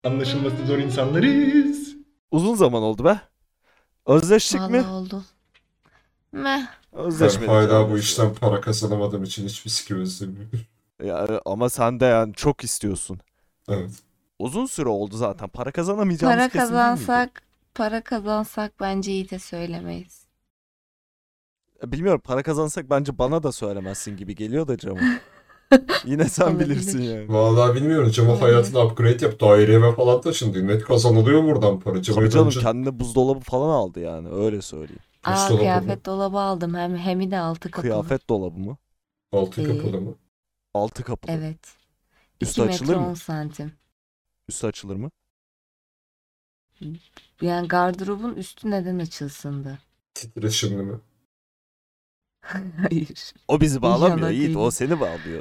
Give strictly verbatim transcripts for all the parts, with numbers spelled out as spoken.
Anlaşılması zor insanlarız. Uzun zaman oldu be. Özleştik mi? Vallahi oldu. Meh. Ben Özleşmedik hala ama bu boş ver. işten para kazanamadığım için hiçbir sikim özlemiyorum. Ya, e, ama sen de yani çok istiyorsun. Evet. Uzun süre oldu zaten. Para kazanamayacağımız Para kesin değil miydi? kazansak, para kazansak bence Yiğit'e söylemeyiz. E, Bilmiyorum, para kazansak bence bana da söylemezsin gibi geliyor da Cemo. Yine sen Olabilir. bilirsin yani. Vallahi bilmiyorum. Cemo Olabilir. hayatını upgrade yap. Daire eve falan taşındı. Net kazanılıyor buradan para. Tabii Cemo'yu canım, önce kendine buzdolabı falan aldı yani, öyle söyleyeyim. Aa, buzdolabı mı? kıyafet dolabı aldım. Hem hemi de altı kapılı. Kıyafet dolabı mı? Altı Ee, kapalı mı? Altı kapılı. Evet. Üstü iki açılır metre mı? on santim. Üstü açılır mı? Yani gardırobun üstü neden açılsındı? Titreşimli mi? Hayır. O bizi bağlamıyor İnşallah Yiğit, o değil. seni bağlıyor.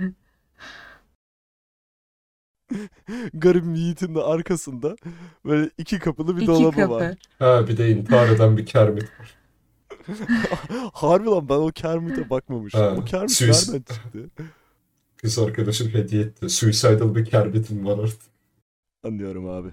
Garip Yiğit'in de arkasında böyle iki kapılı bir İki dolabı var. kapı. Ha bir de intihar eden bir Kermit var. Harbi lan, ben o Kermit'e bakmamıştım. Ha, O Kermit Suis nereden çıktı? kız arkadaşım hediye etti. Suicidal bir Kermit'im var artık. Anlıyorum abi.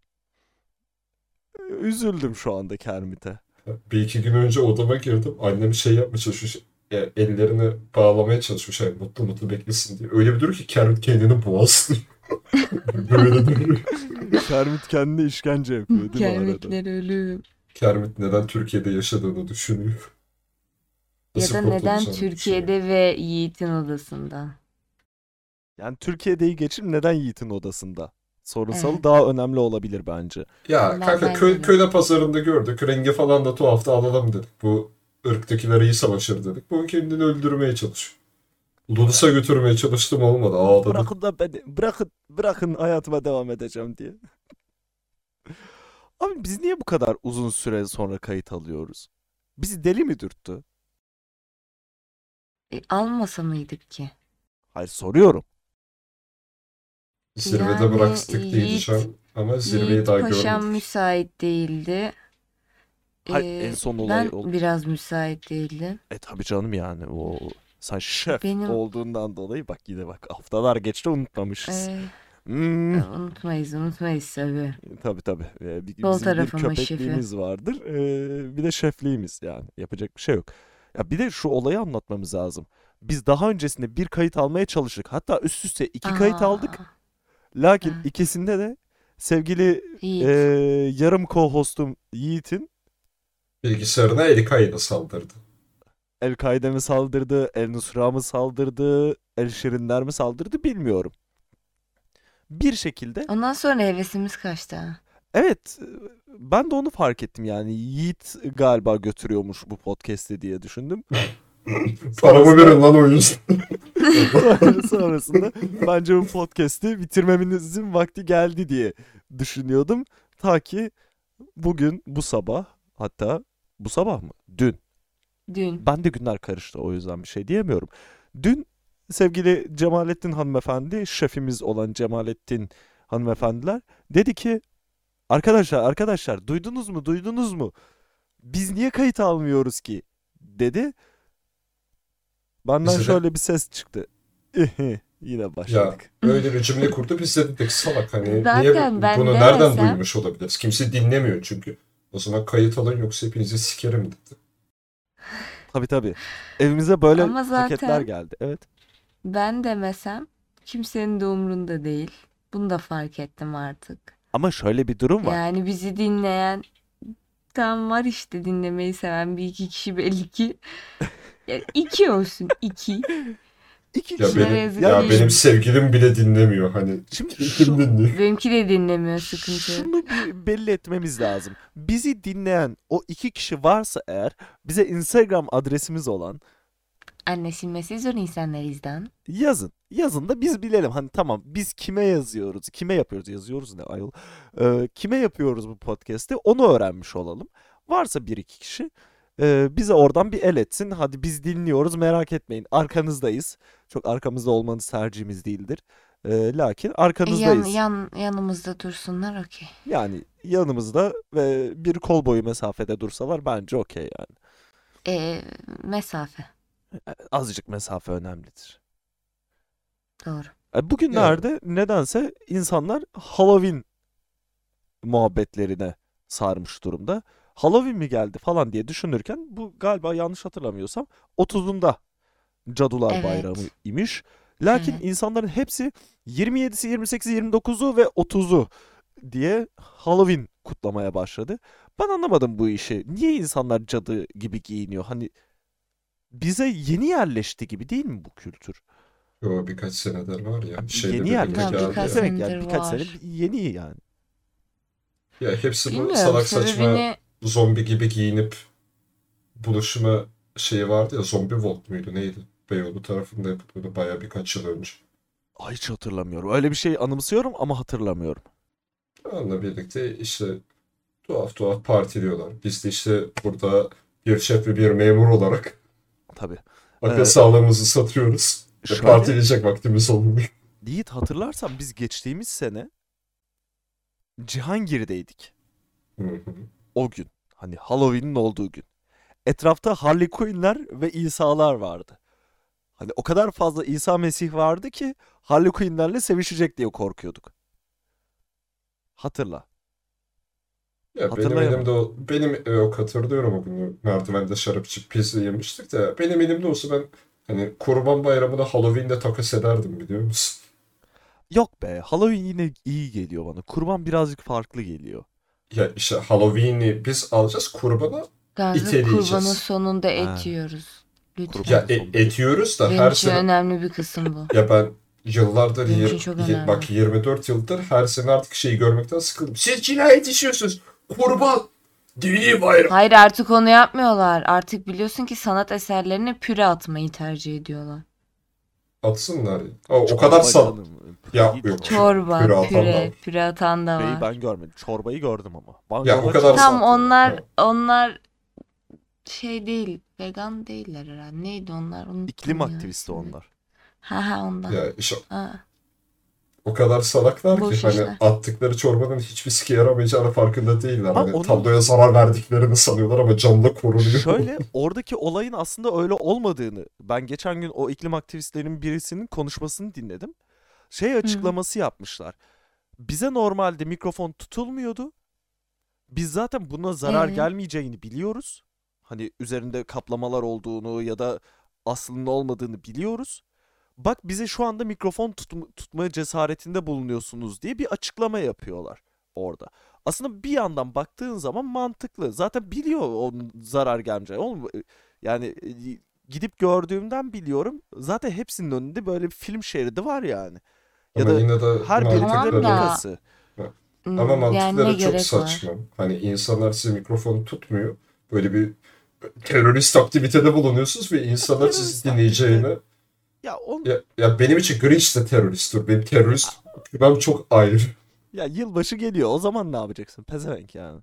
Üzüldüm şu anda Kermit'e. Bir iki gün önce odama girdim. Annem şey yapmaya çalışmış. Ya, ellerini bağlamaya çalışmış. Yani mutlu mutlu beklesin diye. Öyle bir duruyor ki Kermit kendini boğazlıyor. Böyle duruyor. Kermit kendine işkence yapıyor değil mi arada? Kermitler ölüm. Kermit neden Türkiye'de yaşadığını düşünüyor. Ya Nasıl da neden kurtulacağını düşünüyor. Türkiye'de ve Yiğit'in odasında? Yani Türkiye'deyi geçip neden Yiğit'in odasında? Sorunsalı Evet. daha önemli olabilir bence. Ya Ben, kanka bence köy, de. köyde pazarında gördük. Rengi falan da tuhaftı, alalım dedik. Bu ırktakiler iyi savaşır dedik. Bu kendini öldürmeye çalışıyor. Ludus'a götürmeye çalıştım, olmadı, ağladı. Bırakın da beni, bırakın, bırakın hayatıma devam edeceğim diye. Abi biz niye bu kadar uzun süre sonra kayıt alıyoruz? Bizi deli mi dürttü? E, almasa mıydık ki? Hayır, soruyorum. Zirvede Yani bıraktık Yiğit, diyeceğim ama zirveyi Yiğit daha Paşam görmedik. müsait değildi. Hayır, en Ee, son olay ben oldu. biraz müsait değildim. E tabii canım, yani o sen şef Benim olduğundan dolayı bak, yine bak haftalar geçti, unutmamışız. e, Hmm, unutmayız unutmayız tabii. tabii tabii. Ee, bi- Sol bizim bir tarafımın şefi. köpekliğimiz vardır. Ee, bir de şefliğimiz, yani yapacak bir şey yok. Ya bir de şu olayı anlatmamız lazım. Biz daha öncesinde bir kayıt almaya çalıştık. Hatta üst üste iki kayıt aldık. Aa, Lakin evet. ikisinde de sevgili e, Yiğit. yarım co-hostum Yiğit'in Bilgisayarına El-Kaide saldırdı. El-Kaide mi saldırdı, El-Nusra mı saldırdı, El-Şirinler mi saldırdı bilmiyorum. Bir şekilde, Ondan sonra hevesimiz kaçtı. ha. evet, ben de onu fark ettim, yani Yiğit galiba götürüyormuş bu podcast'i diye düşündüm. Paramı Sonrasında verin lan o yüzden. sonrasında bence bu podcast'i bitirmemizin vakti geldi diye düşünüyordum. Ta ki bugün, bu sabah, hatta bu sabah mı? Dün. Dün. Ben de günler karıştı, o yüzden bir şey diyemiyorum. Dün sevgili Cemalettin hanımefendi, şefimiz olan Cemalettin hanımefendiler dedi ki, arkadaşlar arkadaşlar duydunuz mu duydunuz mu? Biz niye kayıt almıyoruz ki? Dedi. Benden Bize de şöyle bir ses çıktı. Yine ya başladık. öyle bir cümle kurdu, biz de dedik salak, hani niye Zaten ben bunu nereden demesem duymuş olabiliriz? Kimse dinlemiyor çünkü. O zaman kayıt alın yoksa hepinizi sikerim dedi. Tabii tabii. Evimize böyle ama paketler zaten geldi. Evet. ben demesem kimsenin de umrunda değil. Bunu da fark ettim artık. Ama şöyle bir durum var. Yani bizi dinleyen tam var işte, dinlemeyi seven bir iki kişi belli ki. Ya iki olsun iki. İki Ya kişi. Bunlara benim yazık Yani ya değil benim mi? sevgilim bile dinlemiyor, hani şimdi kim şu dinliyor? Benimki de dinlemiyor, sıkıntı yok. şunu bir belli etmemiz lazım. Bizi dinleyen o iki kişi varsa eğer, bize Instagram adresimiz olan Anlaşılması zor insanlarızdan. yazın. Yazın da biz bilelim. Hani tamam, biz kime yazıyoruz? Kime yapıyoruz? Yazıyoruz ne ayol? Ee, kime yapıyoruz bu podcast'i? Onu öğrenmiş olalım. Varsa bir iki kişi e, bize oradan bir el etsin. Hadi biz dinliyoruz, merak etmeyin. Arkanızdayız. Çok arkamızda olmanız tercihimiz değildir. E, lakin E, yan, arkanızdayız. yan, yanımızda dursunlar, okey. Yani yanımızda ve bir kol boyu mesafede dursalar bence okey yani. E, mesafe. E, Azıcık mesafe önemlidir. Doğru. E, Yani Bugünlerde nedense insanlar Halloween muhabbetlerine sarmış durumda. Halloween mi geldi falan diye düşünürken bu galiba yanlış hatırlamıyorsam otuzunda Cadılar Bayramı Evet. imiş. Lakin Evet. insanların hepsi yirmi yedisi, yirmi sekizi, yirmi dokuzu ve otuzu diye Halloween kutlamaya başladı. Ben anlamadım bu işi. Niye insanlar cadı gibi giyiniyor? Hani bize yeni yerleşti gibi değil mi bu kültür? Yo, birkaç senedir var ya. Ya bir Şeyle yeni birlikte yerleşti. Tamam, geldi birkaç ya. Ne demek yani senedir birkaç sene var. bir- yeni yani. Ya hepsi bu Bilmiyorum salak saçma sebebini. zombi gibi giyinip buluşma şeyi vardı ya. Zombi Volt muydu neydi? Beyoğlu tarafında yapılıyordu bayağı birkaç yıl önce. Ay hiç hatırlamıyorum. Öyle bir şey anımsıyorum ama hatırlamıyorum. Onunla birlikte işte tuhaf tuhaf partiliyorlar. Biz de işte burada bir şef ve bir memur olarak Tabii. akıl Ee, sağlığımızı satıyoruz. Ve şöyle partileyecek vaktimiz olmuyor. Yiğit hatırlarsan biz geçtiğimiz sene Cihangir'deydik. Hı hı. O gün. Hani Halloween'in olduğu gün. Etrafta Harley Quinn'ler ve İsa'lar vardı. Hani o kadar fazla İsa Mesih vardı ki Harley Quinn'lerle sevişecek diye korkuyorduk. Hatırla. Ya benim Hatırlayamadım. elimde o, benim e, o hatırlıyorum o günü merdivende şarap içip pizza yemiştik de benim elimde olsa ben hani Kurban Bayramı'nda Halloween'de takas ederdim biliyor musun? Yok be, Halloween yine iyi geliyor bana. Kurban birazcık farklı geliyor. Ya işte Halloween'i biz alacağız kurbana Gazi kurbanın iteleyeceğiz. sonunda et Ha, yiyoruz. Ya Lütfen. kurbanın e, sonunda et et. yiyoruz da Benim her için sene önemli bir kısım bu. ya ben yıllardır Benim için yir- çok yi- bak önemli. yirmi dört yıldır her sene artık şeyi görmekten sıkıldım. Siz cinayet işliyorsunuz. Kurban. Dini bayram. Hayır artık onu yapmıyorlar. Artık biliyorsun ki sanat eserlerine püre atmayı tercih ediyorlar. Atsınlar. O, o kadar Çorba sal canım. ya İyi yok çorba. püre Çorba, atan da püre, var. püre atan da Çorbayı var. ben görmedim. Çorbayı gördüm ama. Ya o Mangalda kadar çorba Tam sal. atıyorlar. onlar Ha. onlar şey değil, vegan değiller herhalde. Neydi onlar? İklim Unuttum ya aktivisti ismini. onlar. Ha ha ondan. Ya işte Ha, o kadar salaklar ki boş hani işler. attıkları çorbanın hiçbir sike yaramayacağını farkında değiller. Ama Hani onun tabloya zarar verdiklerini sanıyorlar ama canla korunuyor. şöyle oradaki olayın aslında öyle olmadığını ben geçen gün o iklim aktivistlerinin birisinin konuşmasını dinledim. Şey Hı. açıklaması yapmışlar. Bize normalde mikrofon tutulmuyordu. Biz zaten buna zarar Evet. gelmeyeceğini biliyoruz. Hani üzerinde kaplamalar olduğunu ya da aslında olmadığını biliyoruz. Bak bize şu anda mikrofon tutma, tutmaya cesaretinde bulunuyorsunuz diye bir açıklama yapıyorlar orada. Aslında bir yandan baktığın zaman mantıklı. Zaten biliyor onun zarar gelmeyeceğini. Oğlum, e, yani e, gidip gördüğümden biliyorum. Zaten hepsinin önünde böyle bir film şeridi var yani. Ya Ama da yine de her birinin Tamam da replikası. ama hmm, yani ne mantıkları çok gerek var? saçma. Hani insanlar size mikrofonu tutmuyor. Böyle bir terörist aktivitede bulunuyorsunuz ve insanlar Terörist sizi aktivite. dinleyeceğine Ya on ya, ya benim için Grinch de teröristtir. Benim terörist ben çok ayrı. ya yılbaşı geliyor. O zaman ne yapacaksın? Pezevenk yani.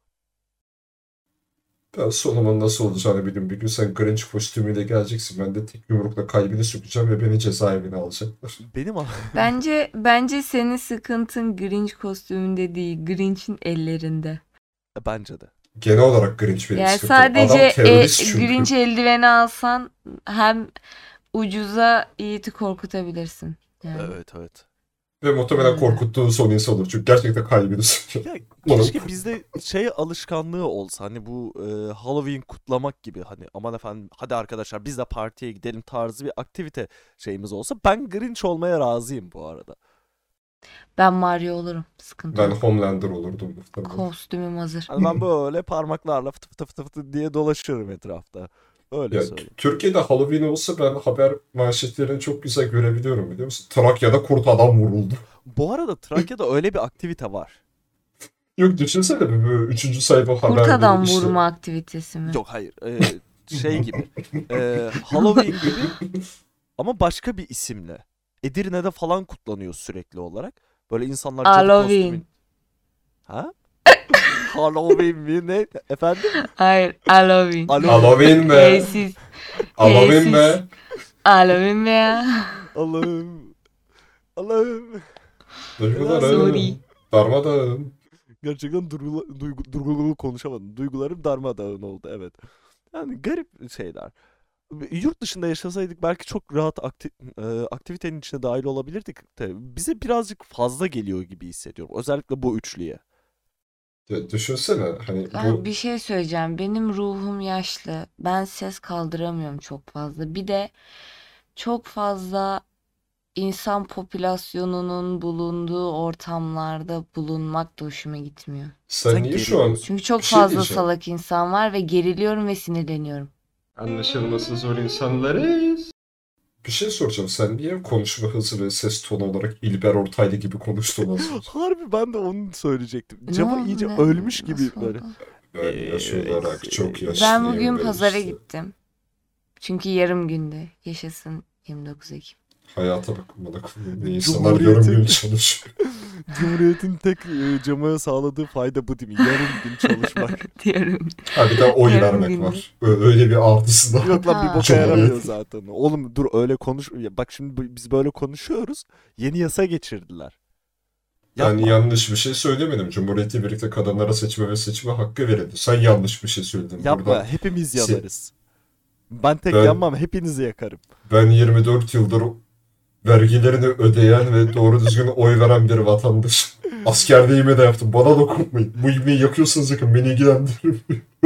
Ben sonumun nasıl olacağını biliyorum. Bir gün sen Grinch kostümüyle geleceksin. Ben de tek yumrukla kalbini sökeceğim ve beni cezaevine alacaklar. Benim Bence bence senin sıkıntın Grinch kostümünde değil, Grinch'in ellerinde. bence de. Genel olarak Grinch benim Yani sıkıntım. Adam sadece e, terörist çünkü. Grinch eldiveni alsan hem ucuza Yiğit'i korkutabilirsin. Yani Evet evet. Ve muhtemelen öyle. korkuttuğu son insan olur. Çünkü gerçekten kalbini söküyor. Ya Bunu keşke bizde şey alışkanlığı olsa hani bu e, Halloween kutlamak gibi hani aman efendim hadi arkadaşlar biz de partiye gidelim tarzı bir aktivite şeyimiz olsa ben Grinch olmaya razıyım bu arada. Ben Mario olurum. Sıkıntı ben yok. Homelander olurdum muhtemelen. Kostümüm hazır. Hani ben böyle parmaklarla fıtı fıtı fıtı fıtı diye dolaşırım etrafta. Öyle Ya, söyleyeyim. Türkiye'de Halloween olsa ben haber manşetlerini çok güzel görebiliyorum biliyor musun? Trakya'da kurt adam vuruldu. Bu arada Trakya'da öyle bir aktivite var. Yok düşünsene bir böyle üçüncü sayfa Kurt haberleri adam işte. vurma aktivitesi mi? Yok hayır. e, şey gibi. E, Halloween gibi ama başka bir isimle. Edirne'de falan kutlanıyor sürekli olarak. Böyle insanlar cadı Halloween. kostümün... Ha? Halloween mi ne? Efendim? Hayır, Halloween. Alo. Halloween Hey be. siz, Halloween siz. be. Halloween be ya. Allah'ım. Allah'ım. Duygularım. Sorry. Darmadağın. Gerçekten durgulu, duygu, durgulu konuşamadım. Duygularım darmadağın oldu evet. Yani garip şeyler. Yurt dışında yaşasaydık belki çok rahat akti- e, aktivitenin içine dahil olabilirdik de bize birazcık fazla geliyor gibi hissediyorum. Özellikle bu üçlüye. D- düşünsene hani Ben bu bir şey söyleyeceğim. Benim ruhum yaşlı. Ben ses kaldıramıyorum çok fazla. Bir de çok fazla insan popülasyonunun bulunduğu ortamlarda bulunmak da hoşuma gitmiyor. sen Sen niye şu an geriliyorsun. Çünkü çok bir şey fazla diyeceğim. salak insan var ve geriliyorum ve sinirleniyorum. Anlaşılması zor insanlarız. Bir şey soracağım. Sen niye konuşma hızı ve ses tonu olarak İlber Ortaylı gibi konuştun az önce? Harbi ben de onu söyleyecektim. Ne Java oldu? iyice Ne, ölmüş gibi nasıl böyle. oldu? Ben yaş olarak çok Ee, Ben yaşlıyım bugün ve pazara işte gittim. Çünkü yarım gündü. Yaşasın yirmi dokuz Ekim. hayata bakmada kullanıyor. İnsanlar yarım Cumhuriyetin gün çalışıyor. Cumhuriyetin tek e, Cama'ya sağladığı fayda bu değil mi? Yarım gün çalışmak. Diyorum. Ha bir de oy Yarım vermek gündü. var. Ö- Öyle bir artısı da. Yok lan bir Ha. boka yaramıyor Cumhuriyet. zaten. Oğlum dur öyle konuş. Ya bak şimdi bu- biz böyle konuşuyoruz. Yeni yasa geçirdiler. Ben Yapma. yanlış bir şey söylemedim. Cumhuriyetle birlikte kadınlara seçme ve seçme hakkı verildi. Sen yanlış bir şey söyledin. Yapma. Buradan Hepimiz se- yanarız. Ben tek ben yanmam. Hepinizi yakarım. ben yirmi dört yıldır vergilerini ödeyen ve doğru düzgün oy veren bir vatandaş. Askerliğimi de yaptım. Bana dokunmayın. Bu ivmeyi yakıyorsanız yakın. Beni ilgilendirmiyor.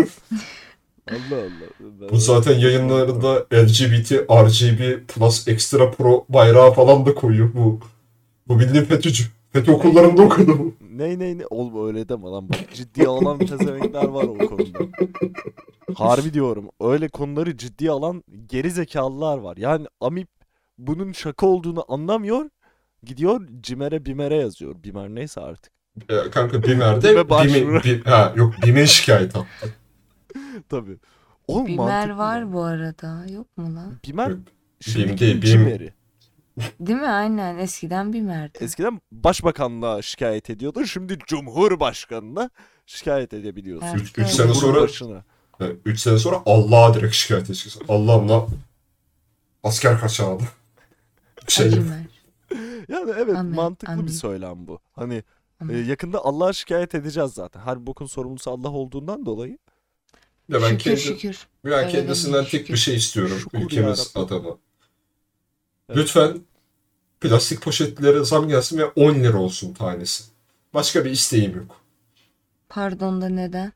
Allah Allah. Ben Bu zaten öyle konuşmam ama. yayınlarında L G B T, R G B plus extra pro bayrağı falan da koyuyor. Bu bu bildiğin FETÖ'cü. FETÖ Ney okullarında okudu bu. ney ney ne? Oğlum öyle deme lan bak. Ciddiye alan pezevenkler var o konuda. Harbi diyorum. Öyle konuları ciddiye alan geri zekalılar var. Yani Amip bunun şaka olduğunu anlamıyor. Gidiyor Cimer'e Bimer'e yazıyor. Bimer neyse artık. Ya kanka BİMER'de Bime başvuru. BİM'e, BİM, ha yok BİM'e şikayet attı. Tabii. Oğlum Bimer mantıklı var lan. bu arada. Yok mu lan? Bimer Yok, BİM şimdiki değil, BİM. Cimer'i. Değil mi? Aynen. Eskiden Bimer'di. Eskiden başbakanlığa şikayet ediyordu. Şimdi Cumhurbaşkanına şikayet edebiliyorsun. Evet, 3 öyle. sene sonra Cumhurbaşına. üç sene sonra Allah'a direkt şikayet edeceksin. Allah'ım lan asker kaçağıydı. Şey yok. Acimer. Yani evet Amen. mantıklı bir Amin. söylem bu. Hani e, Amin. yakında Allah'a şikayet edeceğiz zaten. Her bokun sorumlusu Allah olduğundan dolayı. Ya ben Şükür kendi şükür. ben Öyle kendisinden demeyin. tek bir Şükür. şey istiyorum Şükür ya ülkemiz Rabbim. adına. Evet. Lütfen plastik poşetlere zam gelsin ve on lira olsun tanesi. Başka bir isteğim yok. Pardon da neden?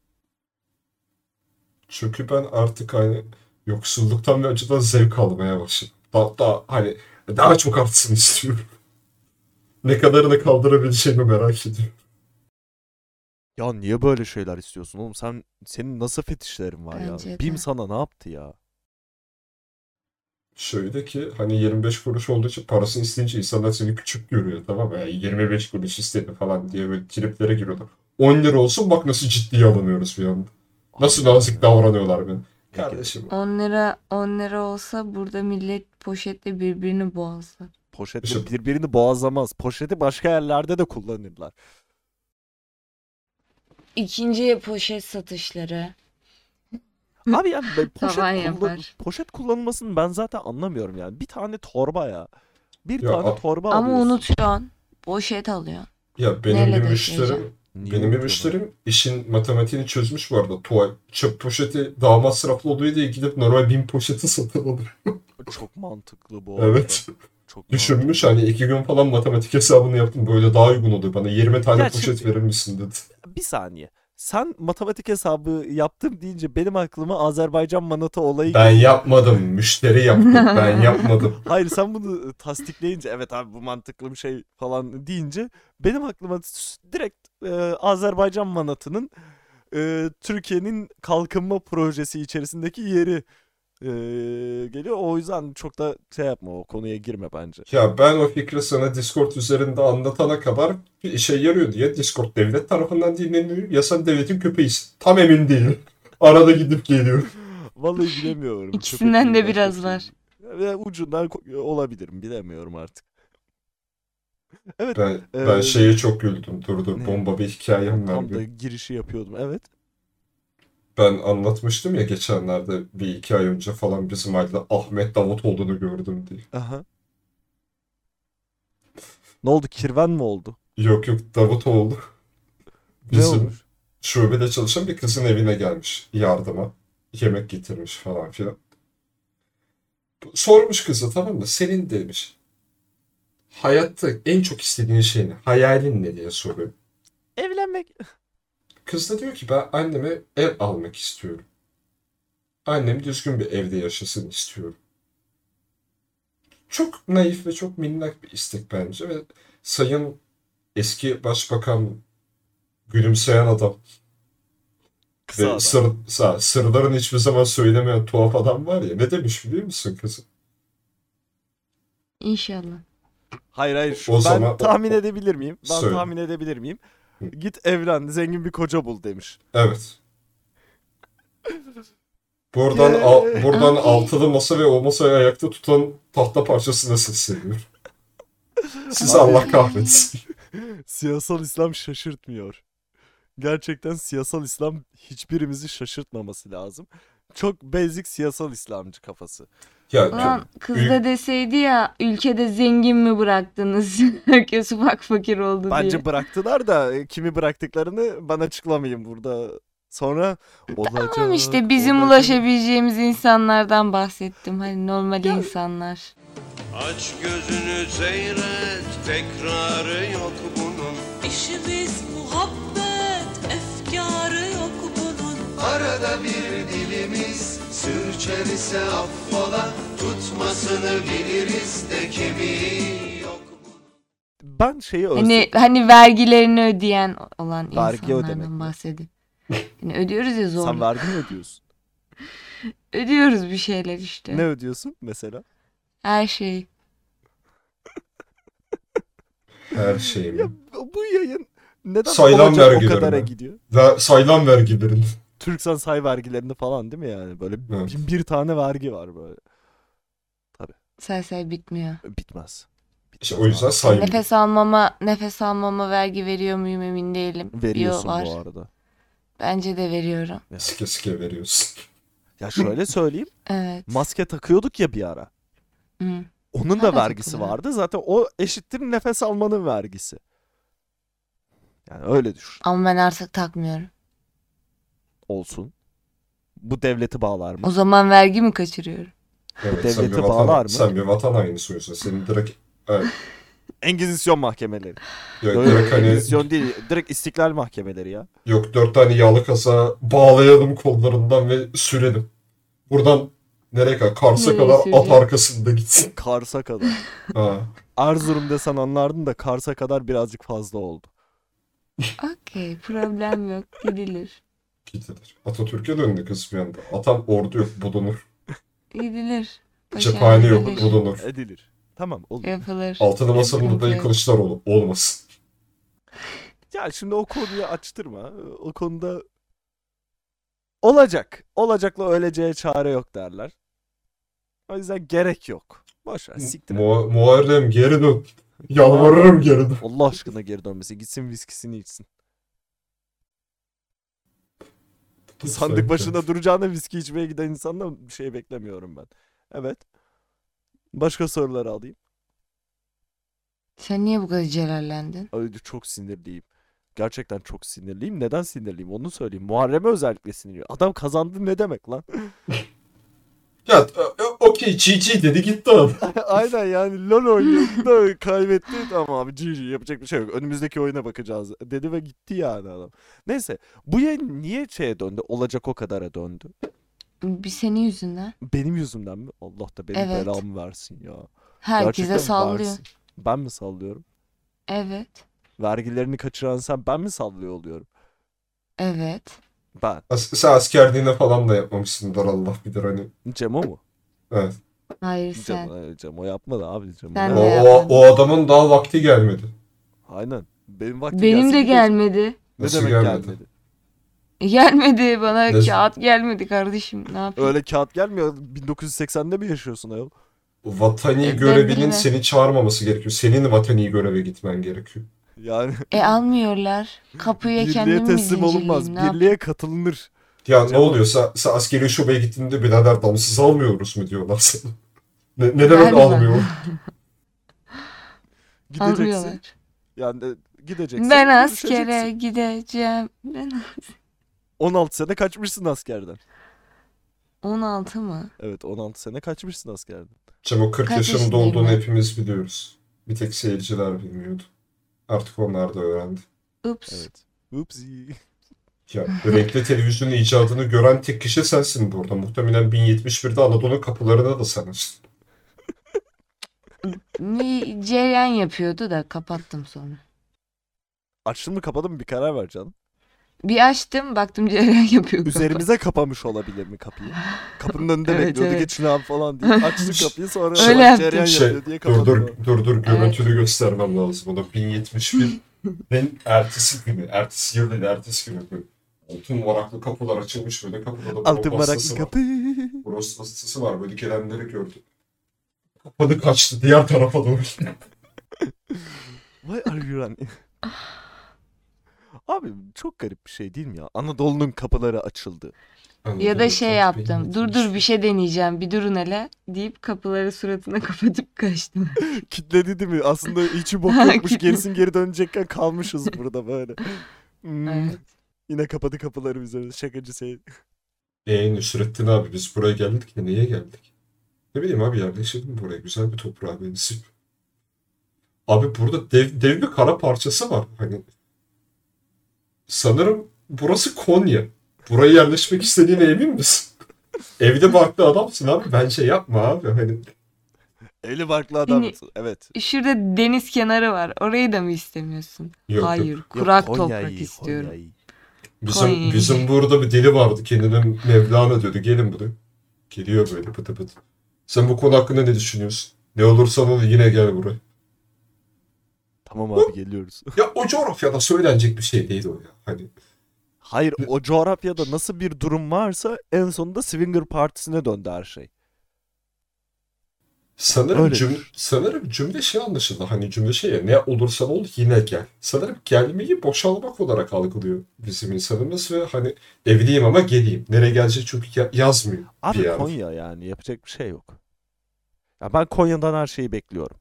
Çünkü ben artık hani yoksulluktan ve acıdan zevk almaya başladım. Daha, daha hani daha çok artsın istiyorum. Ne kadarını kaldırabileceğimi merak ediyorum. Ya niye böyle şeyler istiyorsun oğlum? Sen senin nasıl fetişlerin var ya? Bence BİM de. sana ne yaptı ya? Şöyle ki hani yirmi beş kuruş olduğu için parasını isteyince insanlar seni küçük görüyor, tamam mı? Yani yirmi beş kuruş istedi falan diye böyle triplere giriyorlar. on lira olsun bak nasıl ciddiye alınıyoruz bir anda. Nasıl Harbiden nazik ya. davranıyorlar benim. Ne gerek Kardeşim var? on lira on lira olsa burada millet poşetle birbirini boğazlar. Poşetle işte birbirini boğazlamaz. Poşeti başka yerlerde de kullanırlar. İkinci poşet satışları. Abi yani ben poşet Tavan kullan yapar. poşet kullanılmasını ben zaten anlamıyorum yani. Bir tane torba ya. Bir ya tane a- torba Ama alıyorsun. unutuyorsun. Poşet alıyorsun. ya benim Neyle bir taşıyacaksın? müşterim Niye benim bir unutuyorsun abi? müşterim işin matematiğini çözmüş bu arada. Tuval çöp poşeti daha masraflı oluyor diye gidip normal bin poşeti satın alıyor. Çok mantıklı bu arada. Evet. Çok Düşünmüş mantıklı. hani iki gün falan matematik hesabını yaptım. Böyle daha uygun oluyor. Bana yirmi tane Ya poşet şimdi verir misin dedi. bir saniye. Sen matematik hesabı yaptım deyince benim aklıma Azerbaycan manatı olayı Ben geliyor. yapmadım. Müşteri yaptı. Ben yapmadım. Hayır sen bunu tasdikleyince evet abi bu mantıklı bir şey falan deyince benim aklıma s- direkt e, Azerbaycan manatının e, Türkiye'nin kalkınma projesi içerisindeki yeri e, geliyor. O yüzden çok da şey yapma o konuya girme bence. Ya ben o fikri sana Discord üzerinde anlatana kadar bir işe yarıyor diye Discord devlet tarafından dinleniyor. Ya sen devletin köpeğisin. Tam emin değilim. Arada gidip geliyor. Vallahi bilemiyorum. İkisinden Köpek de değil, biraz başka bir var. şey değil. Ve ucundan ko- olabilirim bilemiyorum artık. Evet. Ben e, ben şeye çok güldüm. Dur dur ne? bomba bir hikayem var Tam da benim. girişi yapıyordum. Evet. Ben anlatmıştım ya geçenlerde bir iki ay önce falan bizim ailede Ahmet Davutoğlu'nu gördüm diye. Aha. Ne oldu? Kirven mi oldu? Yok yok Davutoğlu Ne bizim olmuş? şubede çalışan bir kızın evine gelmiş yardıma. Yemek getirmiş falan filan. Sormuş kızı, tamam mı? Senin demiş. Hayatta en çok istediğin şey ne? Hayalin ne diye soruyor. Evlenmek. Kız da diyor ki ben anneme ev almak istiyorum. Annem düzgün bir evde yaşasın istiyorum. Çok naif ve çok minnak bir istek bence ve Sayın eski Başbakan gülümseyen adam Kısa ve adam. sır, sa- sırların hiçbir zaman söylemeyen tuhaf adam var ya, ne demiş biliyor musun kızım? İnşallah. Hayır hayır şu, O ben zaman o- tahmin o- edebilir miyim? Ben Söyle. tahmin edebilir miyim? Hı. Git evlen, zengin bir koca bul demiş. Evet. Buradan Yeah. al- buradan Okey. altılı masa ve o masayı ayakta tutan tahta parçasına sesleniyor. Sizi Abi- Allah kahretsin. Siyasal İslam şaşırtmıyor. Gerçekten siyasal İslam hiçbirimizi şaşırtmaması lazım. Çok basic siyasal İslamcı kafası. Ya Ulan kız Ül- da deseydi ya ülkede zengin mi bıraktınız? Herkes ufak fakir oldu Bence diye. bıraktılar da e, kimi bıraktıklarını ben açıklamayayım burada. Sonra olacak. Tamam işte bizim olacak. ulaşabileceğimiz insanlardan bahsettim. Hani normal Ya- insanlar. Aç gözünü seyret, tekrarı yok bunun. İşimiz muhabbet, efkarı yok bunun. Arada bir dilimiz sürçer ise affola, tutmasını biliriz de kemiği yok bunun. Ben şeyi özledim. Hani hani vergilerini ödeyen olan Vergi insanlardan ödemek mi? bahsedin. Hani ödüyoruz ya Sen zorla. vergi mi ödüyorsun? Ödüyoruz bir şeyler işte. Ne ödüyorsun mesela? Her şey. her şey mi? Ya bu yayın neden Sayılan olacak o vergileri kadara mi? gidiyor? Ve sayılan vergilerin. Türksan say vergilerini falan değil mi yani? Böyle Evet. bin bir tane vergi var böyle. Say say bitmiyor. Bitmez. Bitmez İşte o yüzden abi. saymıyor. Nefes almama nefes almama vergi veriyor muyum emin değilim. Veriyorsun Yo, var. bu arada. Bence de veriyorum. Sike sike veriyorsun. Ya şöyle söyleyeyim. Evet. Maske takıyorduk ya bir ara. Hı. Onun da Hala vergisi takılıyor. vardı. Zaten o eşittir nefes almanın vergisi. Yani öyle düşün. Ama ben artık takmıyorum. Olsun. Bu devleti bağlar mı? O zaman vergi mi kaçırıyorum? Evet, sen devlete bir vatan, bağlar mı? sen bir vatan haini soyuyorsun. Senin direkt evet, Engizisyon mahkemeleri. yok, Yok, direkt hani Engizisyon değil. Direkt istiklal mahkemeleri ya. yok dört tane yağlı kasa bağlayalım kollarından ve sürelim. Buradan nereye kadar? Kars'a Nereye kadar at süreceğim? arkasında gitsin. Kars'a kadar. Ha. Erzurum desen anlardın da Kars'a kadar birazcık fazla oldu. Okey, problem yok. Gidilir. Gidilir. Atatürk'e döndü kız bir anda. Atam ordu yok bulunur. Gidilir. Cephane yok Başarılır. bulunur. Edilir. Tamam olur. Yapılır. Altılı masanın Sıkıntı adayı yok. Kılıçdaroğlu olmasın. Ya şimdi o konuyu açtırma. O konuda olacak. Olacakla öleceğe çare yok derler. O yüzden gerek yok. Boş ver siktir. et. Mu Muharrem geri dön. Yalvarırım geri dön. Allah aşkına geri dönmesi. Gitsin viskisini içsin. Sandık başında duracağına viski içmeye giden insandan bir şey beklemiyorum ben. Evet. Başka soruları alayım. Sen niye bu kadar celallendin? Ay, çok sinirliyim. Gerçekten çok sinirliyim. Neden sinirliyim onu söyleyeyim. Muharrem'e özellikle sinirliyim. Adam kazandı ne demek lan? Ya e, e, okey G G dedi gitti adam. Aynen yani LoL oynuyordu da kaybetti. Tamam abi G G yapacak bir şey yok. Önümüzdeki oyuna bakacağız dedi ve gitti yani adam. Neyse bu yayın niye şeye döndü? Olacak o kadara döndü. Bir senin yüzünden. Benim yüzümden mi? Allah da benim Evet. belamı versin ya. Herkese Gerçekten sallıyor. versin. Ben mi sallıyorum? Evet. Vergilerini kaçıran sen ben mi sallıyor oluyorum? Evet. Ben. As sen askerliğine falan da yapmamışsındır Allah bilir hani. Cemo mu? Evet. Hayır sen. Cemo, Cemo yapmadı abi. Cemo Sen ne- de O, yap. o, o adamın daha vakti gelmedi. Aynen. Benim vaktim Benim gelsin de gidecek. gelmedi. Ne Nasıl demek gelmedi? gelmedi? Gelmedi bana Ne- kağıt gelmedi kardeşim. Ne yapayım? Öyle kağıt gelmiyor. bin dokuz yüz seksende mi yaşıyorsun ayol? Vatani E, ben görevinin bilmem. seni çağırmaması gerekiyor. Senin vatani göreve gitmen gerekiyor. Yani E almıyorlar. Kapıya birliğe kendimi mi teslim olunmaz. zincirleyeyim? Ne yapayım? Birliğe katılınır. Ya ne Cevap- oluyor? Sen, sen askeri şubeye gittiğinde birader damsız almıyoruz mu diyorlar sana. Ne, ne demek Galiba. almıyor? Gideceksin. Almıyorlar. Yani de gideceksin. Ben görüşeceksin. askere gideceğim. Ben on altı sene kaçmışsın askerden. on altı mı? Evet on altı sene kaçmışsın askerden. Cem o kırk Kaç yaşında yaşındayım olduğunu ben? hepimiz biliyoruz. Bir tek seyirciler bilmiyordu. Artık onlar da öğrendi. Ups. Evet. Upsi. Ya renkli televizyonun icadını gören tek kişi sensin burada. Muhtemelen bin yetmiş birde Anadolu kapılarına da sen açtın. Bir cereyan yapıyordu da kapattım sonra. Açtın mı kapadın mı bir karar ver canım. Bir açtım baktım cereyan yapıyor. Üzerimize kapamış olabilir mi kapıyı? Kapının önünde Evet, bekliyordu evet. geçin abi falan diye. Açtı kapıyı sonra Öyle bak yaptım. cereyan Şey, yapıyor diye dur dur kapattı. dur dur görüntülü göstermem lazım. O da bin yetmiş bir. Ben ertesi günü, ertesi yıl değil, ertesi günü böyle altın varaklı kapılar açılmış böyle kapıda da Altın bro varaklı hastası var. kapı. Bro hastası var böyle gelenleri gördü. Kapadı kaçtı diğer tarafa doğru. Vay argüran. Abi çok garip bir şey değil mi ya? Anadolu'nun kapıları açıldı. Ya da şey yaptım. Dur dur bir şey deneyeceğim. Bir durun hele deyip kapıları suratına kapatıp kaçtım. Kitledi değil mi? Aslında içi bok yokmuş. Gerisin geri dönecekken kalmışız burada böyle. Hmm. Evet. Yine kapadı kapıları bize. Şakacı şey. Eee Nusrettin abi biz buraya geldik de niye geldik? Ne bileyim abi yerleşelim buraya. Güzel bir toprağa benziyor. Abi burada dev, dev bir kara parçası var. Hani sanırım burası Konya. Buraya yerleşmek istediğine emin misin? Evde barklı adamsın abi. Bence yapma abi. Hani Evli barklı adam. Hani- Evet. Şurada deniz kenarı var. Orayı da mı istemiyorsun? Yok, Hayır. yok. Kurak Yok, toprak Konya'yı, istiyorum. Konya'yı. bizim Konya. bizim burada bir deli vardı. Kendine Mevlana diyordu. Gelin buraya. Geliyor böyle pıtı pıtı. Sen bu konu hakkında ne düşünüyorsun? Ne olursan ol yine gel buraya. Tamam abi geliyoruz. Ya o coğrafyada söylenecek bir şey değil o ya. Hani Hayır o coğrafyada nasıl bir durum varsa en sonunda Swinger Partisi'ne döndü her şey. sanırım Öyledir. cüm sanırım cümle şey anlaşıldı. Hani cümle şey ya ne olursan ol yine gel. Sanırım gelmeyi boşalmak olarak algılıyor bizim insanımız ve hani evliyim ama geleyim. Nereye gelecek çünkü ya- yazmıyor bir Abi yerde. Konya yani yapacak bir şey yok. Ya ben Konya'dan her şeyi bekliyorum.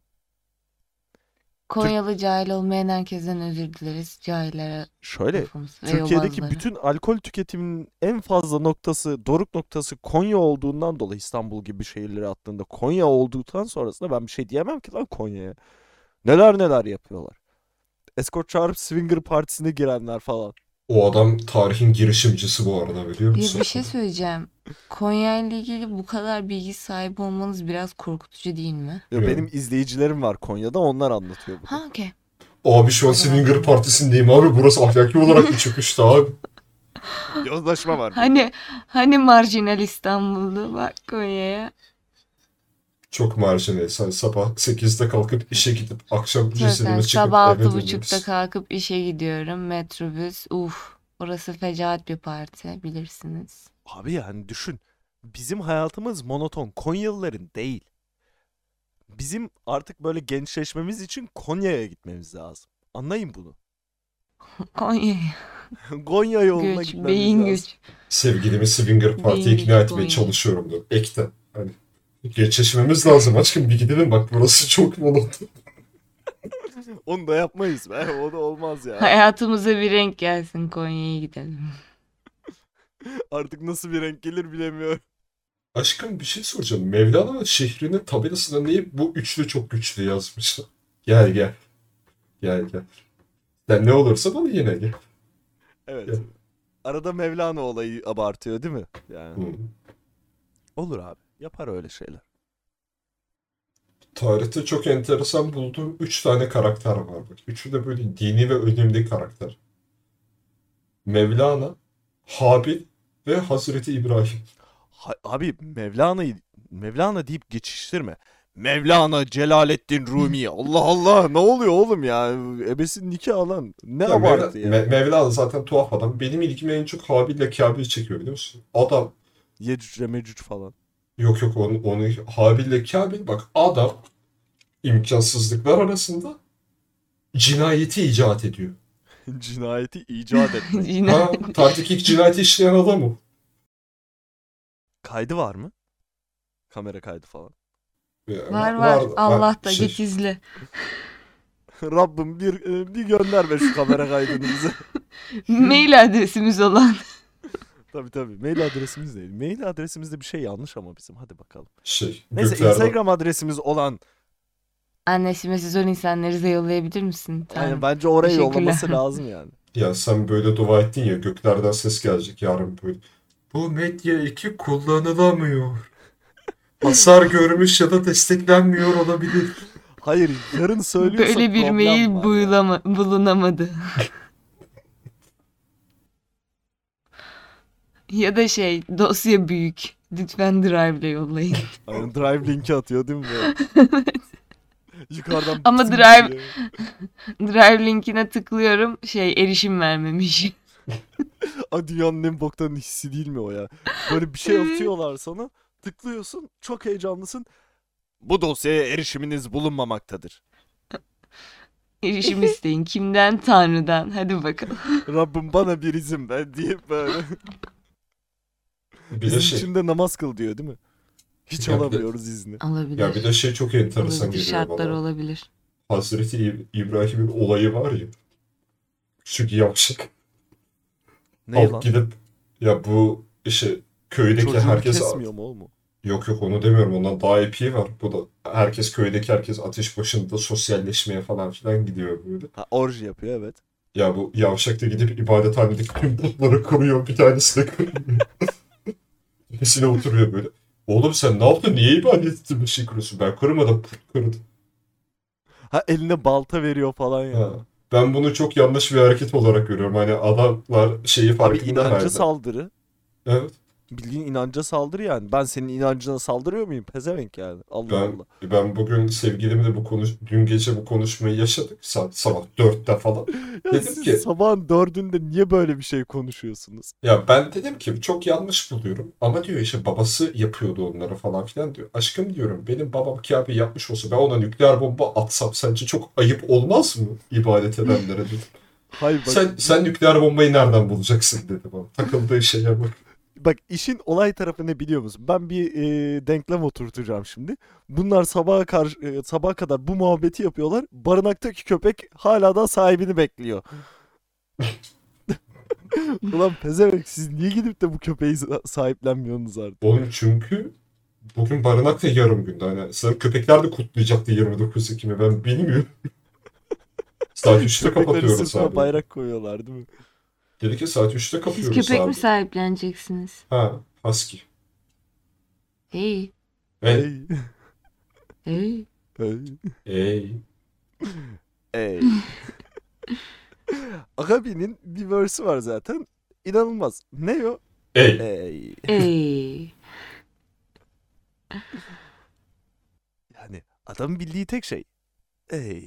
Konyalı cahil olmayan herkesten özür dileriz. Cahillere Şöyle lafımız ve Türkiye'deki yobazlara. bütün alkol tüketiminin en fazla noktası, doruk noktası Konya olduğundan dolayı İstanbul gibi şehirleri attığında Konya olduktan sonrasında ben bir şey diyemem ki lan Konya'ya. Neler neler yapıyorlar. Escort çağırıp Swinger Partisi'ne girenler falan. O adam tarihin girişimcisi bu arada biliyor Ya musun? bir şey söyleyeceğim. Konya ile ilgili bu kadar bilgi sahibi olmanız biraz korkutucu değil mi? Ya Evet. benim izleyicilerim var Konya'da onlar anlatıyor bunu. Ha okey. Abi şu an Swinger Partisi'ndeyim abi. Burası ahlaki olarak mı çıkıştı abi? Yozlaşma var. Hani hani marjinal İstanbul'du bak Konya'ya. Çok marjinal. Sen sabah sekizde kalkıp işe gidip akşam Çok az. cesedimi çıkıp Sabah eve altı buçukta dönüyoruz. kalkıp işe gidiyorum. Metrobüs. Uf. Orası fecaat bir parti bilirsiniz. Abi yani düşün. Bizim hayatımız monoton. Konyalıların değil. Bizim artık böyle gençleşmemiz için Konya'ya gitmemiz lazım. Anlayın bunu. Konya'ya. Konya yoluna Göç. gitmemiz Beyin lazım. göç. Sevgilimi Swinger Parti'ye Beyin ikna göç etmeye Konya. çalışıyorum da. Ekten. Hani geçişmemiz lazım aşkım bir gidelim bak burası çok monoton. Onu da yapmayız be. O da olmaz ya. Hayatımıza bir renk gelsin Konya'ya gidelim. Artık nasıl bir renk gelir bilemiyorum. Aşkım bir şey soracağım. Mevlana'nın şehrinin tabelasına niye bu üçlü çok güçlü yazmışlar? Gel gel. Gel gel. Sen ne olursa ol yine gel. Evet. Ya. Arada Mevlana olayı abartıyor değil mi? Yani. Hı. Olur abi. Yapar öyle şeyler. Tarihte çok enteresan bulduğum üç tane karakter var. Bak. Üçü de böyle dini ve önemli karakter. Mevlana, Habil ve Hazreti İbrahim. Ha- abi Mevlana'yı Mevlana deyip geçiştirme. Mevlana Celaleddin Rumi. Allah Allah ne oluyor oğlum ya? Ebesin nikahı lan. Ne Ya abartı Mevla- ya. Me- Mevlana zaten tuhaf adam. Benim ilgimi en çok Habil'le Kabil çekiyor biliyor musun? Adam Yecüc Mecüc falan. yok yok onu, onu Habil'le Kabil bak adam imkansızlıklar arasında cinayeti icat ediyor. Cinayeti icat etmek. Ha, Cinayet. tarihteki ilk cinayeti işleyen adam o. Kaydı var mı? Kamera kaydı falan. Ya, Var var. Allah da şey, git izle. Rabbim bir e, bir gönder be şu kamera kaydını bize. Mail adresimiz olan. Tabii tabii. Mail adresimiz değil. Mail adresimizde bir şey yanlış ama bizim. Hadi bakalım. şey Neyse göklerden- Instagram adresimiz olan. Annesi mesaj zor insanları da yollayabilir misin? Yani Tamam. bence oraya Teşekkürler. yollaması lazım yani. Ya sen böyle dua ettin ya, göklerden ses gelecek yarın böyle. Bu Medya iki kullanılamıyor. Hasar görmüş ya da desteklenmiyor olabilir. Hayır, yarın söylüyorsa Böyle bir problem mail var ya. bulama, bulunamadı. Ya da şey, dosya büyük. Lütfen Drive'le yollayın. Aynen, drive linki atıyor değil mi böyle? Yukarıdan Ama tüm drive- diye. Drive linkine tıklıyorum. Şey, erişim vermemiş. Ay, dünyanın en boktan hissi değil mi o ya? Böyle bir şey atıyorlar sana. Tıklıyorsun. Çok heyecanlısın. Bu dosyaya erişiminiz bulunmamaktadır. Erişim isteyin. Kimden? Tanrı'dan. Hadi bakalım. Rabbim bana bir izin ver diye böyle. Bir Bizim de şey, için de namaz kıl diyor değil mi? Hiç Ya bir de- alamıyoruz izni. Olabilir. ya bir de şey çok enteresan Olabilir. geliyor Şartlar bana. olabilir. Hazreti İb- İbrahim'in olayı var ya. Küçük yavşak. Ne Alıp lan? gidip ya bu işte köydeki Çocuğunu herkes kesmiyor mu oğlum o? yok yok onu demiyorum, ondan daha epiği var. Bu da herkes, köydeki herkes ateş başında sosyalleşmeye falan filan gidiyor böyle. Ha, orji yapıyor evet. Ya bu yavşak da gidip ibadethanedeki tüm putları kuruyor, bir tanesini kırıyor. Birisine oturuyor böyle. Oğlum sen ne yaptın? Niye ibadet ettin bir şey kırıyorsun? Ben kırmadım, put kırdım. Ha, eline balta veriyor falan ya. Ha. Ben bunu çok yanlış bir hareket olarak görüyorum. Hani adamlar şeyi Abi farkında inanca herhalde. saldırı. Evet. Bildiğin inanca saldırı yani. Ben senin inancına saldırıyor muyum? Pezevenk yani. Allah Ben Allah. ben bugün sevgilimle bu konuş dün gece bu konuşmayı yaşadık. Saat sabah dörtte falan. Ya Dedim siz ki- sabahın dördünde niye böyle bir şey konuşuyorsunuz? Ya ben dedim ki çok yanlış buluyorum. Ama diyor işte babası yapıyordu onları falan filan diyor. Aşkım diyorum, benim babam Kabe yapmış olsa ben ona nükleer bomba atsam sence çok ayıp olmaz mı ibadet edenlere dedim. Hayır bak, Sen sen nükleer bombayı nereden bulacaksın dedi bana. Takıldığı şeye bak. bak işin olay tarafı ne biliyor musun? Ben bir e, denklem oturtacağım şimdi. Bunlar sabaha karşı e, sabaha kadar bu muhabbeti yapıyorlar. Barınaktaki köpek hala da sahibini bekliyor. Ulan pezevenk, siz niye gidip de bu köpeği sa- sahiplenmiyorsunuz artık? Oğlum çünkü bugün barınak da yarım günde. Hani sanırım köpekler de kutlayacaktı yirmi dokuz Ekim'i, ben bilmiyorum. Saat üçte Köpeklerin kapatıyoruz sırtına abi. bayrak koyuyorlar değil mi? Dedi ki saat üçte Siz kapıyoruz köpek abi. mi sahipleneceksiniz? Ha, husky. Hey. Hey, Hey. Hey. Hey. hey. Ey. Agabi'nin bir verse'ü var zaten. İnanılmaz. Ne o? Hey. Ey. Hey. Yani adamın bildiği tek şey. Ey.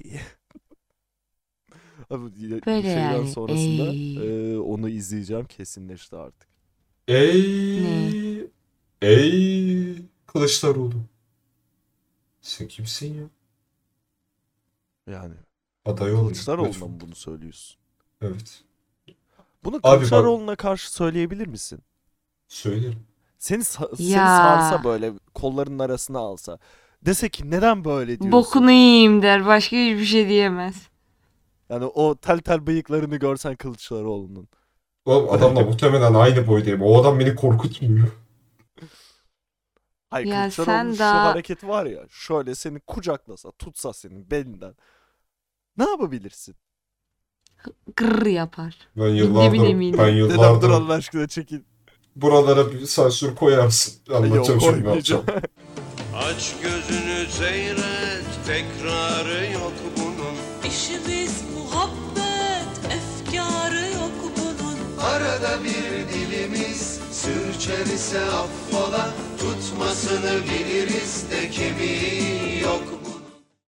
Abi yine bu Böyle şeyden yani, sonrasında ey. e, onu izleyeceğim kesinleşti artık. Ey. Ey. Kılıçdaroğlu. Sen kimsin ya? Yani Aday olmuyor. Kılıçdaroğlu'na Lütfen. mı bunu söylüyorsun? Evet. Bunu bak- Kılıçdaroğlu'na karşı söyleyebilir misin? Söylerim. Seni, sa- seni Ya. sarsa böyle kollarının arasına alsa. Dese ki neden böyle diyorsun? Bokunu yiyeyim der. Başka hiçbir şey diyemez. Yani o tel tel bıyıklarını görsen Kılıçdaroğlu'nun. Oğlum adamla muhtemelen aynı boydayım. O adam beni korkutmuyor. Hayır, Ya Kılıçdaroğlu'nun sen şu daha- hareket var ya, şöyle seni kucaklasa, tutsa senin belinden. Ne yapabilirsin? Gırr yapar. Ben Binde yıllardır, bin eminim. ben Dedem dur yıllardır Allah aşkına çekil. buralara bir sansür koyarsın. Anlatacağım Yok, şimdi ne koymayacağım. yapacağım. Aç gözünü seyret, tekrarı yok bunun. İşimiz muhabbet, efkarı yok bunun. Arada bir dilimiz sürçer ise affola, tutmasını biliriz de kemiği yok bunun.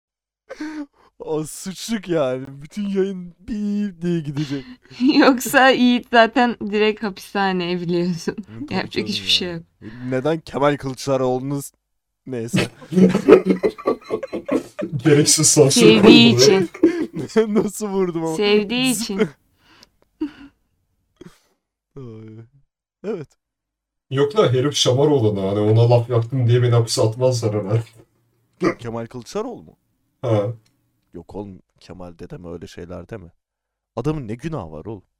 O suçluk yani. Bütün yayın bip diye gidecek. Yoksa Yiğit zaten direkt hapishaneye biliyorsun. Tabii Yapacak canım hiçbir ya. şey yok. Neden Kemal Kılıçdaroğlu'nuz neyse. Gereksiz sansür Sevdiği koyuluyor. için. Nasıl vurdum ama. Sevdiği için. Ay. Evet. Yok la, herif şamar olanı. Hani ona laf yaptım diye beni hapise atmazlar herhalde. Kemal Kılıçdaroğlu mu? Ha. Yok oğlum, Kemal dedeme öyle şeyler deme. Adamın ne günahı var oğlum?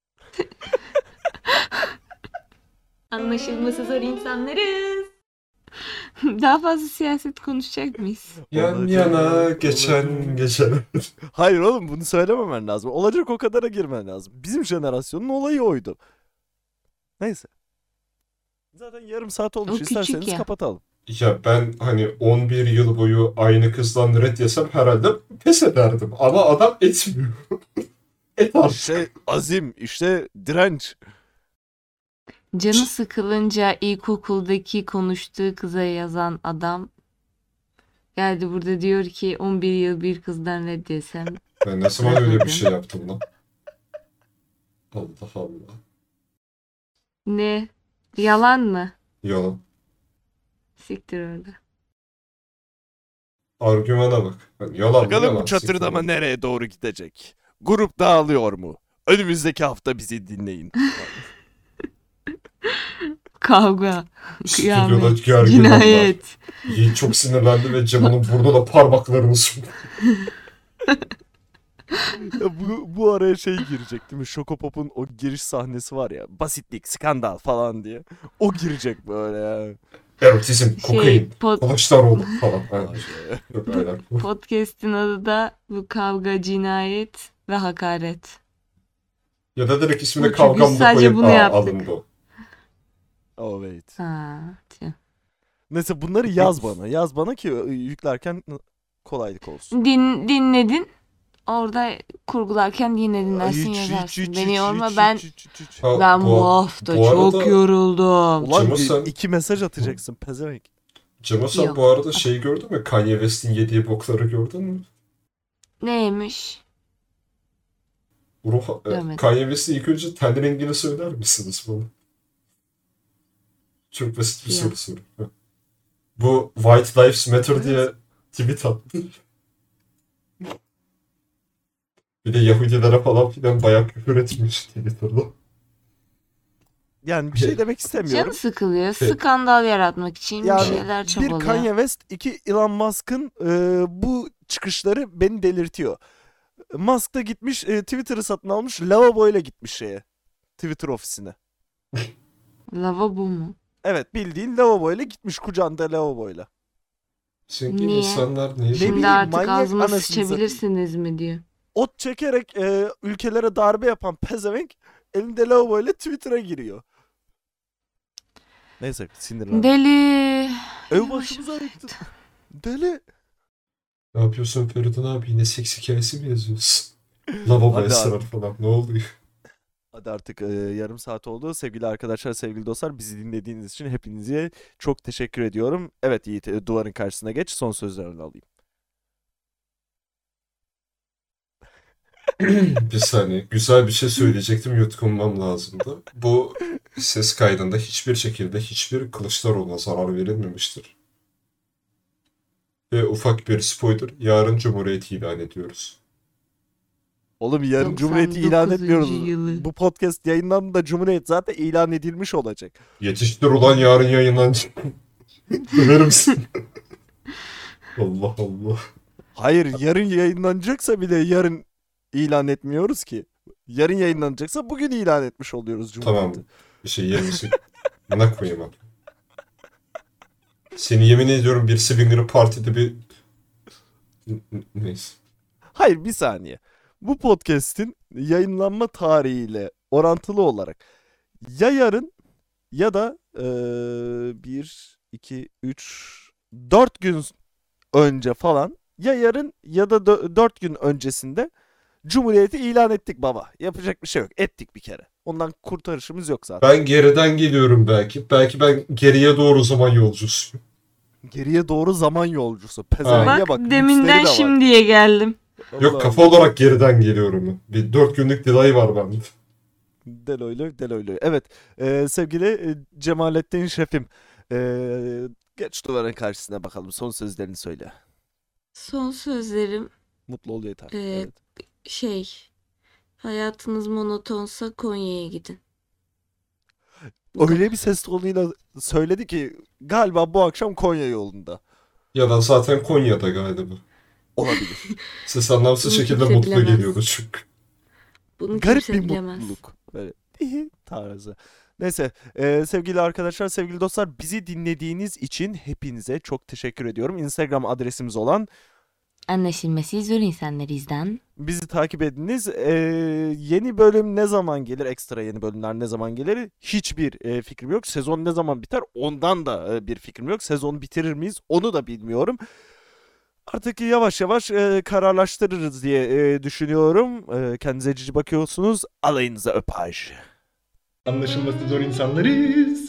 Anlaşılması zor insanlarız. Daha fazla siyaset konuşacak mıyız? Yan Olacak, yana geçen olacak. geceler. Hayır oğlum bunu söylememen lazım. Olacak o kadara girmen lazım. Bizim jenerasyonun olayı oydu. Neyse. Zaten yarım saat olmuş. O küçük İsterseniz ya. kapatalım. Ya ben hani on bir yıl boyu aynı kızdan red yesem herhalde pes ederdim. Ama adam etmiyor. Et artık. İşte azim, işte direnç. Canı sıkılınca ilkokuldaki konuştuğu kıza yazan adam geldi burada diyor ki on bir yıl bir kızdan red yesem. Ben ne zaman öyle bir şey yaptım lan? Allah Allah. Ne? Yalan mı? Yalan. Siktir orada. Argümana bak. Hani yalan mı Bakalım yalan. bu çatırdama siktir. nereye doğru gidecek? Grup dağılıyor mu? Önümüzdeki hafta bizi dinleyin. Kavga, Stüdyoda kıyamet, gergin cinayet. onlar. Yiğit çok sinirlendi ve Cemal'ın burnuna parmaklarını sundu. Ya bu, bu araya şey girecek değil mi? Şokopop'un o giriş sahnesi var ya. Basitlik, skandal falan diye. O girecek böyle ya. Erotizm, Şey, kokain, pod- Kılıçdaroğlu falan. Ha, Vay be. yok aynen. podcast'in adı da bu kavga, cinayet ve hakaret. Ya da direkt ismine Çünkü kavgam biz da sadece koyup bunu aa, yaptık. alındı o. Oh wait. Ha, tüh. Neyse bunları yaz bana. Yaz bana ki yüklerken kolaylık olsun. Din, dinledin. Orada kurgularken yine dinlersin Hiç, hiç, yazarsın. hiç, Beni hiç, yorma hiç, ben hiç, hiç, hiç. Ha, ben bu, bu hafta bu çok arada- yoruldum. Ulan Cemo bir, sen- iki mesaj atacaksın pezevenk. Cemo sen Yok. bu arada şey gördün mü? Kanye West'in yediği bokları gördün mü? Neymiş? Ruh, e, Görmedim. Kanye West'in ilk önce ten rengini söyler misiniz bana? Çok basit bir Ya. soru soruyorum. Bu White Lives Matter diye tweet attı. Bir de Yahudilere falan filan bayağı küfür etmiş Twitter'da. Yani bir şey demek istemiyorum. Canı sıkılıyor. Skandal yaratmak için Yani bir şeyler bir çabalıyor. Kanye West, iki Elon Musk'ın e, bu çıkışları beni delirtiyor. Musk da gitmiş e, Twitter'ı satın almış, lavabo ile gitmiş şeye. Twitter ofisine. Lavabo mu? Evet bildiğin lavabo ile gitmiş, kucağında lavabo ile. Çünkü Niye? insanlar niye Ne Şimdi bileyim, artık manyak ağzıma anasını sıçabilirsiniz mi diyor. Ot çekerek e, ülkelere darbe yapan pezevenk elinde lavabo ile Twitter'a giriyor. Neyse sinirlendim. Deli. Ev başımıza yıktı. Deli. Ne yapıyorsun Feridun abi? Yine seks hikayesi mi yazıyorsun? Lavabo Hadi esrar abi. falan. Ne oluyor? Hadi artık e, yarım saat oldu. Sevgili arkadaşlar, sevgili dostlar, bizi dinlediğiniz için hepinize çok teşekkür ediyorum. Evet Yiğit, e, duvarın karşısına geç, son sözlerini alayım. Bir saniye. Güzel bir şey söyleyecektim. Yutkunmam lazımdı. Bu ses kaydında hiçbir şekilde hiçbir Kılıçdaroğlu'na zarar verilmemiştir. Ve ufak bir spoiler. Yarın Cumhuriyet ilan ediyoruz. Oğlum yarın doksan Cumhuriyeti ilan dokuzuncu etmiyoruz. yılı. Bu podcast yayınlandığında Cumhuriyet zaten ilan edilmiş olacak. Yetiştir ulan yarın yayınlanacak. Döverim seni. Allah Allah. Hayır, yarın yayınlanacaksa bile yarın ilan etmiyoruz ki. Yarın yayınlanacaksa bugün ilan etmiş oluyoruz Cumhuriyeti. Tamam. Bir şey yemişsin. Bana koyayım abi. Seni yemin ediyorum bir Swinger Parti'de bir... N- n- Neyse. Hayır bir saniye. Bu podcast'in yayınlanma tarihiyle orantılı olarak ya yarın ya da bir, iki, üç, dört gün önce falan, ya yarın ya da dört gün öncesinde Cumhuriyeti ilan ettik baba. Yapacak bir şey yok. Ettik bir kere. Ondan kurtarışımız yok zaten. Ben geriden geliyorum belki. Belki ben geriye doğru zaman yolcusuyum. Geriye doğru zaman yolcusu. Pezevenge Bak, bak. deminden lüksleri de var. şimdiye geldim. Yok, Allah kafa olarak geriden geliyorum. Bir dört günlük delay var bende. Deloylo, Deloylo. Evet, e, sevgili e, Cemalettin Şefim, e, geç duvarın karşısına bakalım. Son sözlerini söyle. Son sözlerim Mutlu ol yeter. Ee, Evet. şey. Hayatınız monotonsa Konya'ya gidin. Bu Öyle bir ses tonuyla söyledi ki galiba bu akşam Konya yolunda. Ya da zaten Konya'da galiba. Olabilir. Ses anlamsız Bunu şekilde kimse mutlu bilemez. geliyordu çünkü. Bunu Garip kimse bir bilemez. mutluluk. Böyle ihi tarzı. Neyse e, sevgili arkadaşlar, sevgili dostlar, bizi dinlediğiniz için hepinize çok teşekkür ediyorum. Instagram adresimiz olan Anlaşılması zor insanlarızdan. bizi takip ediniz. E, yeni bölüm ne zaman gelir? Ekstra yeni bölümler ne zaman gelir? Hiçbir e, fikrim yok. Sezon ne zaman biter? Ondan da e, bir fikrim yok. Sezonu bitirir miyiz? Onu da bilmiyorum. Artık yavaş yavaş e, kararlaştırırız diye e, düşünüyorum. E, kendinize cici bakıyorsunuz. Alayınıza öpaj. Anlaşılması zor insanlarız.